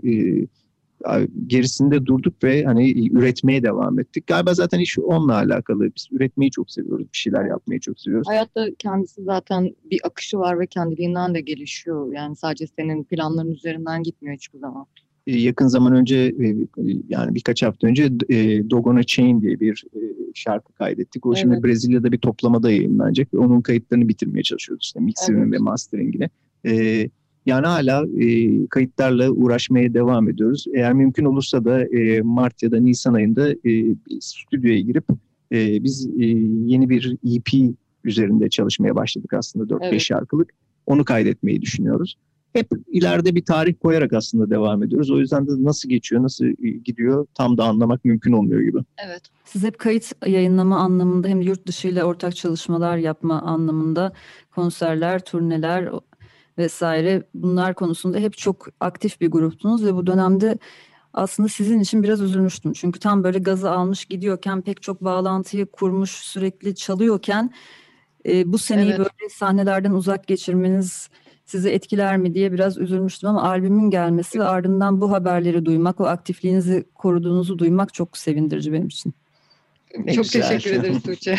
gerisinde durduk ve hani üretmeye devam ettik. Galiba zaten iş onunla alakalı. Biz üretmeyi çok seviyoruz. Bir şeyler yapmayı çok seviyoruz. Hayatta kendisi zaten bir akışı var ve kendiliğinden de gelişiyor. Yani sadece senin planların üzerinden gitmiyor hiçbir zaman. Yakın zaman önce yani birkaç hafta önce Dog on a Chain diye bir şarkı kaydettik. O şimdi Brezilya'da bir toplamada yayınlanacak ve onun kayıtlarını bitirmeye çalışıyoruz işte mixing ve mastering'ine. Yani hala kayıtlarla uğraşmaya devam ediyoruz. Eğer mümkün olursa da Mart ya da Nisan ayında stüdyoya girip biz yeni bir EP üzerinde çalışmaya başladık aslında 4-5 şarkılık. Onu kaydetmeyi düşünüyoruz. Hep ileride bir tarih koyarak aslında devam ediyoruz. O yüzden de nasıl geçiyor, nasıl gidiyor tam da anlamak mümkün olmuyor gibi. Evet. Siz hep kayıt yayınlama anlamında hem yurt dışı ile ortak çalışmalar yapma anlamında konserler, turneler vesaire bunlar konusunda hep çok aktif bir gruptunuz ve bu dönemde aslında sizin için biraz üzülmüştüm. Çünkü tam böyle gazı almış gidiyorken pek çok bağlantıyı kurmuş sürekli çalıyorken bu seneyi böyle sahnelerden uzak geçirmeniz sizi etkiler mi diye biraz üzülmüştüm ama albümün gelmesi ve ardından bu haberleri duymak, o aktifliğinizi koruduğunuzu duymak çok sevindirici benim için. Çok teşekkür ederiz Tuğçe.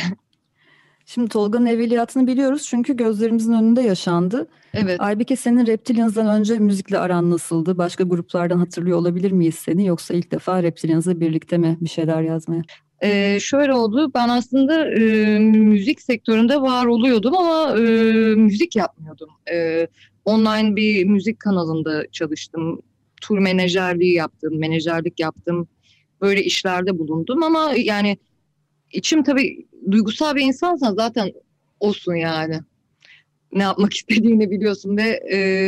Şimdi Tolga'nın evveliyatını biliyoruz çünkü gözlerimizin önünde yaşandı. Evet. Aybike senin Reptilians'dan önce müzikle aran nasıldı? Başka gruplardan hatırlıyor olabilir miyiz seni? Yoksa ilk defa Reptilians'la birlikte mi bir şeyler yazmaya? Şöyle oldu, ben aslında müzik sektöründe var oluyordum ama müzik yapmıyordum. Online bir müzik kanalında çalıştım, tur menajerlik yaptım, böyle işlerde bulundum ama yani içim tabii duygusal bir insansan zaten olsun yani. Ne yapmak istediğini biliyorsun ve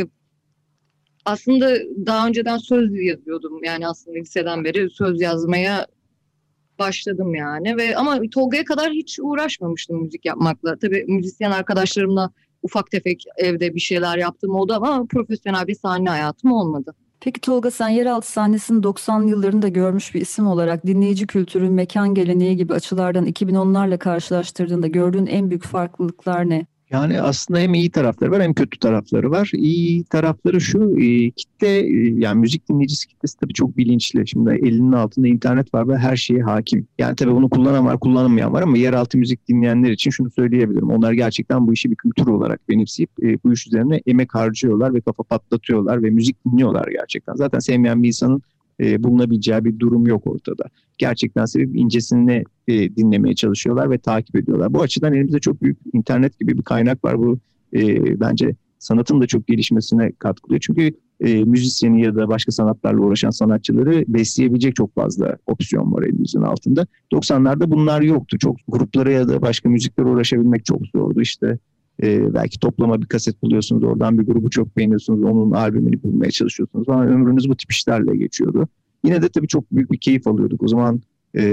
aslında daha önceden söz yazıyordum yani aslında liseden beri söz yazmaya başladım yani ve ama Tolga'ya kadar hiç uğraşmamıştım müzik yapmakla. Tabii müzisyen arkadaşlarımla ufak tefek evde bir şeyler yaptım oldu ama profesyonel bir sahne hayatım olmadı. Peki Tolga sen yeraltı sahnesini 90'lı yıllarında görmüş bir isim olarak dinleyici kültürü, mekan geleneği gibi açılardan 2010'larla karşılaştırdığında gördüğün en büyük farklılıklar ne? Yani aslında hem iyi tarafları var hem kötü tarafları var. İyi tarafları şu, kitle yani müzik dinleyicisi kitlesi tabii çok bilinçli. Şimdi elinin altında internet var ve her şeye hakim. Yani tabii bunu kullanan var, kullanamayan var ama yeraltı müzik dinleyenler için şunu söyleyebilirim. Onlar gerçekten bu işi bir kültür olarak benimseyip bu iş üzerine emek harcıyorlar ve kafa patlatıyorlar ve müzik dinliyorlar gerçekten. Zaten sevmeyen bir insanın bulunabileceği bir durum yok ortada. Gerçekten sevip incesini dinlemeye çalışıyorlar ve takip ediyorlar. Bu açıdan elimizde çok büyük internet gibi bir kaynak var. Bu bence sanatın da çok gelişmesine katkılıyor. Çünkü müzisyeni ya da başka sanatlarla uğraşan sanatçıları besleyebilecek çok fazla opsiyon var elimizin altında. 90'larda bunlar yoktu. Çok gruplara ya da başka müziklere uğraşabilmek çok zordu. İşte belki toplama bir kaset buluyorsunuz, oradan bir grubu çok beğeniyorsunuz, onun albümünü bulmaya çalışıyorsunuz. Ama ömrünüz bu tip işlerle geçiyordu. Yine de tabii çok büyük bir keyif alıyorduk. O zaman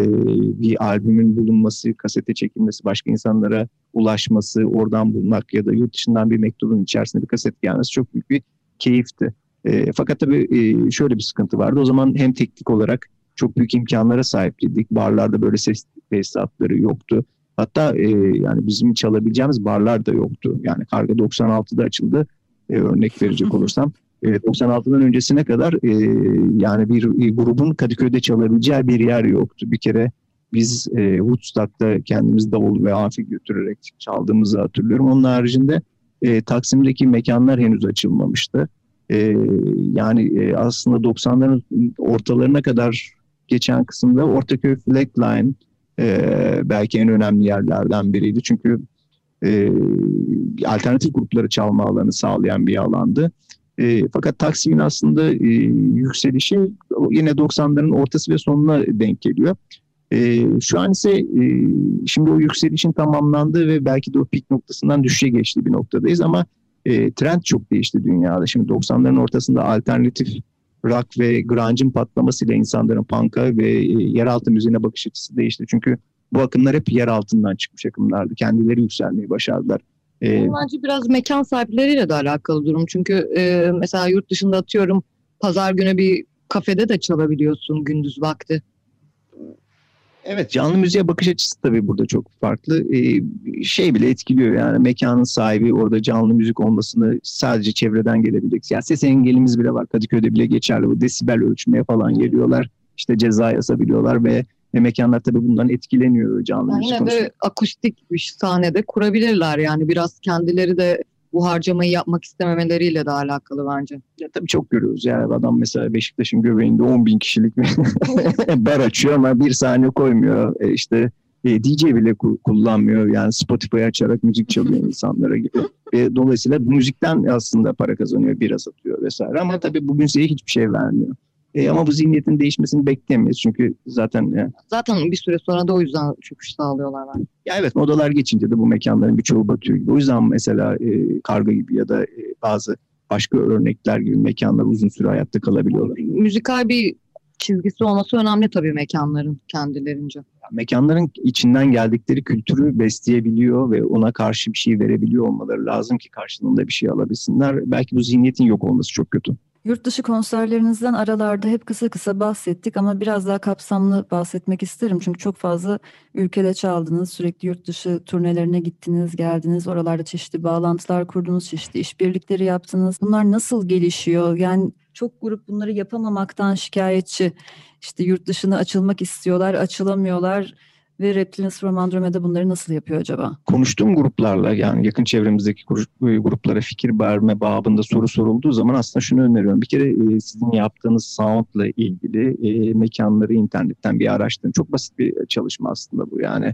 bir albümün bulunması, kasete çekilmesi, başka insanlara ulaşması, oradan bulmak ya da yurt dışından bir mektubun içerisinde bir kaset gelmesi çok büyük bir keyifti. Fakat tabii şöyle bir sıkıntı vardı. O zaman hem teknik olarak çok büyük imkanlara sahiptik. Barlarda böyle ses tesisatları yoktu. Hatta yani bizim çalabileceğimiz barlar da yoktu. Yani Karga 96'da açıldı. Örnek verecek olursam. 96'dan öncesine kadar yani bir grubun Kadıköy'de çalabileceği bir yer yoktu. Bir kere biz Woodstock'ta kendimiz davul ve amfi götürerek çaldığımızı hatırlıyorum. Onun haricinde Taksim'deki mekanlar henüz açılmamıştı. Yani aslında 90'ların ortalarına kadar geçen kısımda Ortaköy Flatline belki en önemli yerlerden biriydi. Çünkü alternatif grupları çalma alanı sağlayan bir alandı. Fakat Taksim'in aslında yükselişi yine 90'ların ortası ve sonuna denk geliyor. Şu an ise şimdi o yükselişin tamamlandığı ve belki de o pik noktasından düşüşe geçtiği bir noktadayız ama trend çok değişti dünyada. Şimdi 90'ların ortasında alternatif rock ve grunge'ın patlamasıyla insanların punk'a ve yeraltı müziğine bakış açısı değişti. Çünkü bu akımlar hep yer altından çıkmış akımlardı. Kendileri yükselmeyi başardılar. Bence biraz mekan sahipleriyle de alakalı durum. Çünkü mesela yurt dışında atıyorum pazar günü bir kafede de çalabiliyorsun gündüz vakti. Evet, canlı müziğe bakış açısı tabii burada çok farklı. Şey bile etkiliyor yani mekanın sahibi orada canlı müzik olmasını sadece çevreden gelebilecek. Ya ses engelimiz bile var. Kadıköy'de bile geçerli. Bu desibel ölçmeye falan geliyorlar. İşte ceza yazabiliyorlar ve mekanlar tabii bundan etkileniyor canlı müzik Yine konusunda. de akustik bir sahnede kurabilirler yani biraz kendileri de bu harcamayı yapmak istememeleriyle de alakalı bence. Ya tabii çok görüyoruz yani adam mesela Beşiktaş'ın göbeğinde 10.000 kişilik bir bar açıyor ama bir sahne koymuyor. İşte DJ bile kullanmıyor yani Spotify açarak müzik çalıyor insanlara gibi. Dolayısıyla bu müzikten aslında para kazanıyor, bira satıyor vesaire ama tabii bu müziğe hiçbir şey vermiyor. Ama bu zihniyetin değişmesini bekleyemeyiz çünkü zaten bir süre sonra da o yüzden çöküş sağlıyorlar bence. ya evet modalar geçince de bu mekanların birçoğu batıyor gibi. O yüzden mesela Karga gibi ya da bazı başka örnekler gibi mekanlar uzun süre hayatta kalabiliyorlar. Müzikal bir çizgisi olması önemli tabii mekanların kendilerince. Mekanların içinden geldikleri kültürü besleyebiliyor ve ona karşı bir şey verebiliyor olmaları lazım ki karşılığında bir şey alabilsinler. Belki bu zihniyetin yok olması çok kötü. Yurt dışı konserlerinizden aralarda hep kısa kısa bahsettik ama biraz daha kapsamlı bahsetmek isterim. Çünkü çok fazla ülkede çaldınız, sürekli yurt dışı turnelerine gittiniz, geldiniz. Oralarda çeşitli bağlantılar kurdunuz, çeşitli işbirlikleri yaptınız. Bunlar nasıl gelişiyor? Yani çok grup bunları yapamamaktan şikayetçi. İşte yurt dışına açılmak istiyorlar, açılamıyorlar. Ve Reptilins from Andromeda bunları nasıl yapıyor acaba? Konuştuğum gruplarla yani yakın çevremizdeki gruplara fikir verme babında soru sorulduğu zaman aslında şunu öneriyorum. Bir kere sizin yaptığınız soundla ilgili mekanları internetten bir araştırın. Çok basit bir çalışma aslında bu yani.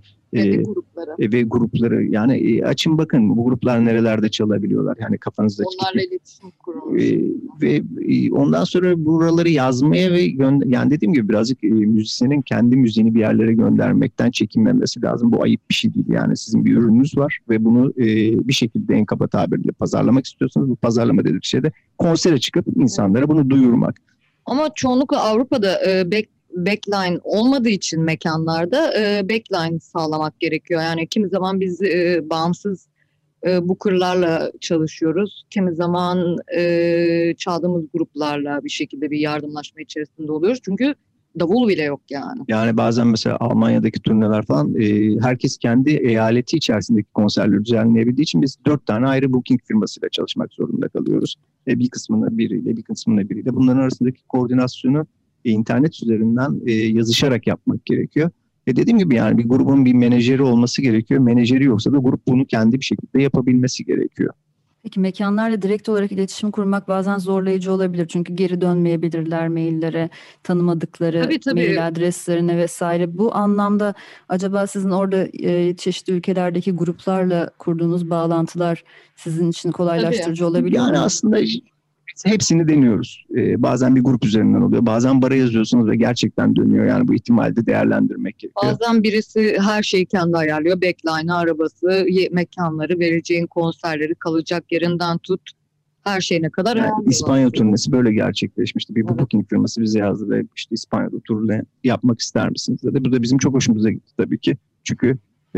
Ve grupları yani açın bakın bu gruplar nerelerde çalabiliyorlar. Yani kafanızdaki onlarla iletişim kurun. Ve ondan sonra buraları yazmaya ve yani dediğim gibi birazcık müzisyenin kendi müziğini bir yerlere göndermekten çekinmemesi lazım. Bu ayıp bir şey değil yani sizin bir ürününüz var ve bunu bir şekilde en kaba tabirle pazarlamak istiyorsanız bu pazarlama dediği şey de konsere çıkıp insanlara bunu duyurmak. Ama çoğunlukla Avrupa'da backline olmadığı için mekanlarda backline sağlamak gerekiyor. Yani kimi zaman biz bağımsız booker'larla çalışıyoruz. Kimi zaman çaldığımız gruplarla bir şekilde bir yardımlaşma içerisinde oluyoruz. Çünkü davul bile yok yani. Yani bazen mesela Almanya'daki turneler falan herkes kendi eyaleti içerisindeki konserleri düzenleyebildiği için biz 4 tane ayrı booking firmasıyla çalışmak zorunda kalıyoruz. Bir kısmını biriyle, bir kısmını biriyle. Bunların arasındaki koordinasyonu internet üzerinden yazışarak yapmak gerekiyor. Dediğim gibi yani bir grubun bir menajeri olması gerekiyor. Menajeri yoksa da grup bunu kendi bir şekilde yapabilmesi gerekiyor. Peki mekanlarla direkt olarak iletişim kurmak bazen zorlayıcı olabilir. Çünkü geri dönmeyebilirler maillere, tanımadıkları Tabii. mail adreslerine vesaire. Bu anlamda acaba sizin orada çeşitli ülkelerdeki gruplarla kurduğunuz bağlantılar sizin için kolaylaştırıcı olabiliyor mu? Yani aslında hepsini deniyoruz. Bazen bir grup üzerinden oluyor. Bazen bara yazıyorsunuz ve gerçekten dönüyor. Yani bu ihtimali de değerlendirmek gerekiyor. Bazen birisi her şeyi kendi ayarlıyor. Backline'ı, arabası, mekanları, vereceğin konserleri, kalacak yerinden tut. Her şeyine kadar. Yani İspanya turnesi böyle gerçekleşmişti. Bir booking firması bize yazdı ve işte İspanya'da turne yapmak ister misiniz dedi. Bu da bizim çok hoşumuza gitti tabii ki. Çünkü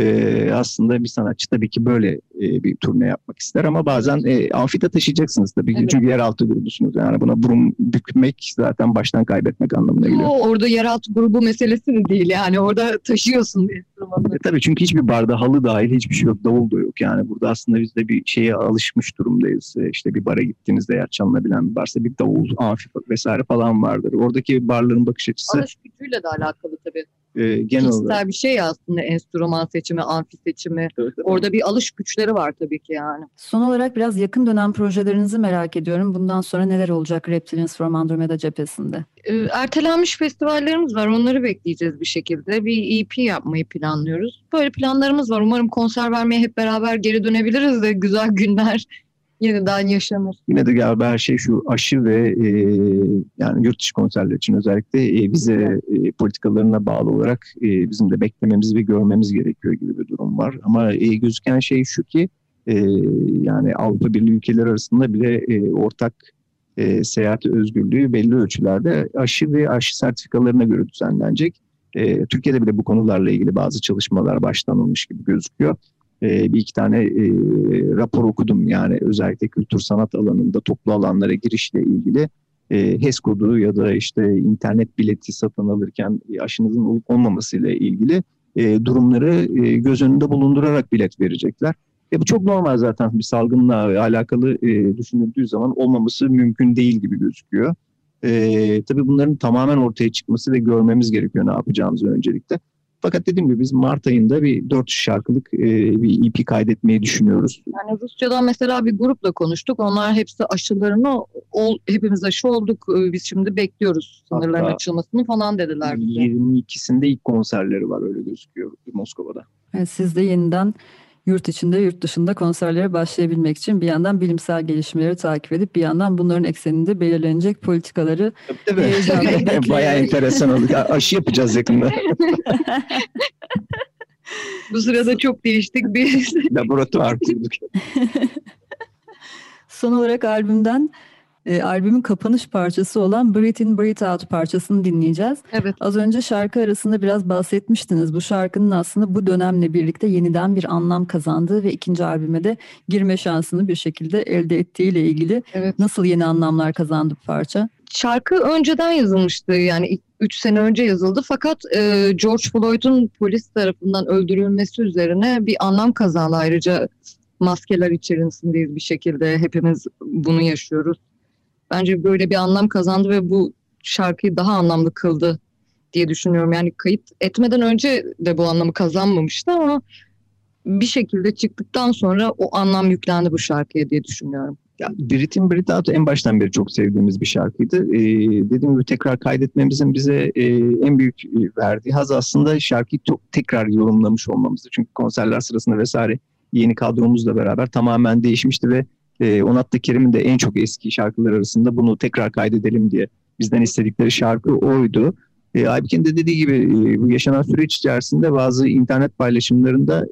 aslında bir sanatçı tabii ki böyle bir turne yapmak ister ama bazen amfide taşıyacaksınız tabii ki. Evet. Çünkü yeraltı grubusunuz. Yani buna burun bükmek zaten baştan kaybetmek anlamına geliyor. Orada yeraltı grubu meselesi de değil yani orada taşıyorsun enstrümanı. Tabii çünkü hiçbir barda halı dahil hiçbir şey yok, davul da yok. Yani burada aslında biz de bir şeye alışmış durumdayız. İşte bir bara gittiğinizde eğer çalınabilen bir varsa bir davul, amfi vesaire falan vardır. Oradaki barların bakış açısı... Alış gücüyle de alakalı tabii. Genel olarak bir şey aslında enstrüman seçimi, amfi seçimi. Evet. Orada bir alış güçleri var tabii ki yani. Son olarak biraz yakın dönem projelerinizi merak ediyorum. Bundan sonra neler olacak Reptilins from Andromeda cephesinde? Ertelenmiş festivallerimiz var. Onları bekleyeceğiz bir şekilde. Bir EP yapmayı planlıyoruz. Böyle planlarımız var. Umarım konser vermeye hep beraber geri dönebiliriz de güzel günler yeniden yaşanır. Yine de galiba her şey şu aşı ve yani yurt dışı konserler için özellikle vize politikalarına bağlı olarak bizim de beklememiz ve görmemiz gerekiyor gibi bir durum var. Ama gözüken şey şu ki yani Avrupa Birliği ülkeleri arasında bile ortak seyahat özgürlüğü belli ölçülerde aşı ve aşı sertifikalarına göre düzenlenecek. Türkiye'de bile bu konularla ilgili bazı çalışmalar başlanılmış gibi gözüküyor. Bir iki tane rapor okudum, yani özellikle kültür sanat alanında toplu alanlara girişle ilgili HES kodu ya da işte internet bileti satın alırken aşınızın olup olmamasıyla ilgili durumları göz önünde bulundurarak bilet verecekler. Bu çok normal, zaten bir salgınla alakalı düşünüldüğü zaman olmaması mümkün değil gibi gözüküyor. Tabii bunların tamamen ortaya çıkması ve görmemiz gerekiyor ne yapacağımızı öncelikle. Fakat dediğim gibi biz Mart ayında bir 4 şarkılık bir EP kaydetmeyi düşünüyoruz. Yani Rusya'dan mesela bir grupla konuştuk. Onlar hepsi aşılarını hepimiz aşı olduk. Biz şimdi bekliyoruz sınırların açılmasını falan dediler bize. 22'sinde ilk konserleri var, öyle gözüküyor Moskova'da. Yani siz de yeniden yurt içinde, yurt dışında konserlere başlayabilmek için bir yandan bilimsel gelişmeleri takip edip bir yandan bunların ekseninde belirlenecek politikaları heyecanla bekleyerek. Bayağı enteresan oldu. Aşı yapacağız yakında. Bu sırada çok değiştik bir laboratuvar kurduk. Son olarak albümün kapanış parçası olan Breathe In Breathe Out parçasını dinleyeceğiz. Evet. Az önce şarkı arasında biraz bahsetmiştiniz. Bu şarkının aslında bu dönemle birlikte yeniden bir anlam kazandığı ve ikinci albüme de girme şansını bir şekilde elde ettiğiyle ilgili. Evet. Nasıl yeni anlamlar kazandı bu parça? Şarkı önceden yazılmıştı, yani 3 sene önce yazıldı, fakat George Floyd'un polis tarafından öldürülmesi üzerine bir anlam kazandı. Ayrıca maskeler içerisindeyiz bir şekilde, hepimiz bunu yaşıyoruz. Bence böyle bir anlam kazandı ve bu şarkıyı daha anlamlı kıldı diye düşünüyorum. Yani kayıt etmeden önce de bu anlamı kazanmamıştı ama bir şekilde çıktıktan sonra o anlam yüklendi bu şarkıya diye düşünüyorum. Ya, Breathe In Breathe Out en baştan beri çok sevdiğimiz bir şarkıydı. Dediğim gibi tekrar kaydetmemizin bize en büyük verdiği haz aslında şarkıyı tekrar yorumlamış olmamızdı. Çünkü konserler sırasında vesaire yeni kadromuzla beraber tamamen değişmişti ve Onat da Kerim'in de en çok eski şarkılar arasında bunu tekrar kaydedelim diye bizden istedikleri şarkı oydu. Aybike'nin de dediği gibi bu yaşanan süreç içerisinde bazı internet paylaşımlarında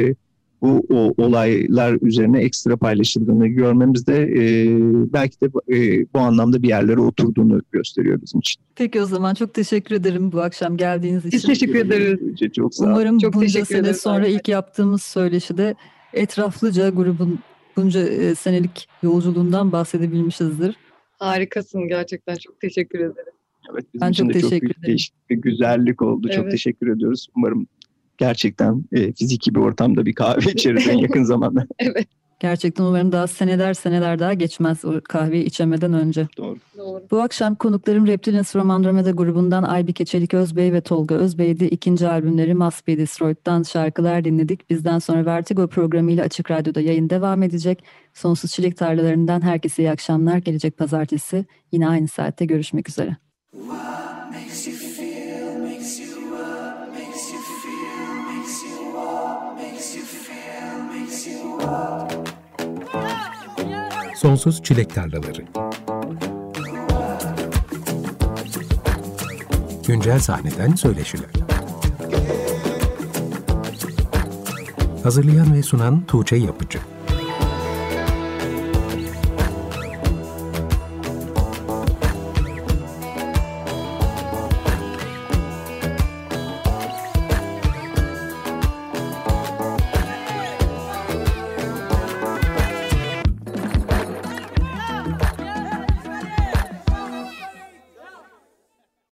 bu olaylar üzerine ekstra paylaşıldığını görmemiz de belki de bu anlamda bir yerlere oturduğunu gösteriyor bizim için. Peki o zaman çok teşekkür ederim bu akşam geldiğiniz için. Biz teşekkür ederiz. Çok sağ olun. Umarım çok bunca sene sonra ilk yaptığımız söyleşide etraflıca grubun bunca senelik yolculuğundan bahsedebilmişizdir. Harikasın, gerçekten çok teşekkür ederim. Evet, bizim için de çok büyük değişik bir güzellik oldu. Evet. Çok teşekkür ediyoruz. Umarım gerçekten fiziki bir ortamda bir kahve içeriz en yakın zamanda. Evet. Gerçekten umarım daha seneler daha geçmez o kahveyi içemeden önce. Doğru. Bu akşam konuklarım Reptilians from Andromeda grubundan Aybike Çelik Özbey ve Tolga Özbey'di. İkinci albümleri Must Be Destroyed'dan şarkılar dinledik. Bizden sonra Vertigo programıyla Açık Radyo'da yayın devam edecek. Sonsuz Çilek Tarlalarından herkese iyi akşamlar. Gelecek pazartesi yine aynı saatte görüşmek üzere. Sonsuz Çilek Tarlaları. Güncel sahneden söyleşiler. Hazırlayan ve sunan Tuğçe Yapıcı.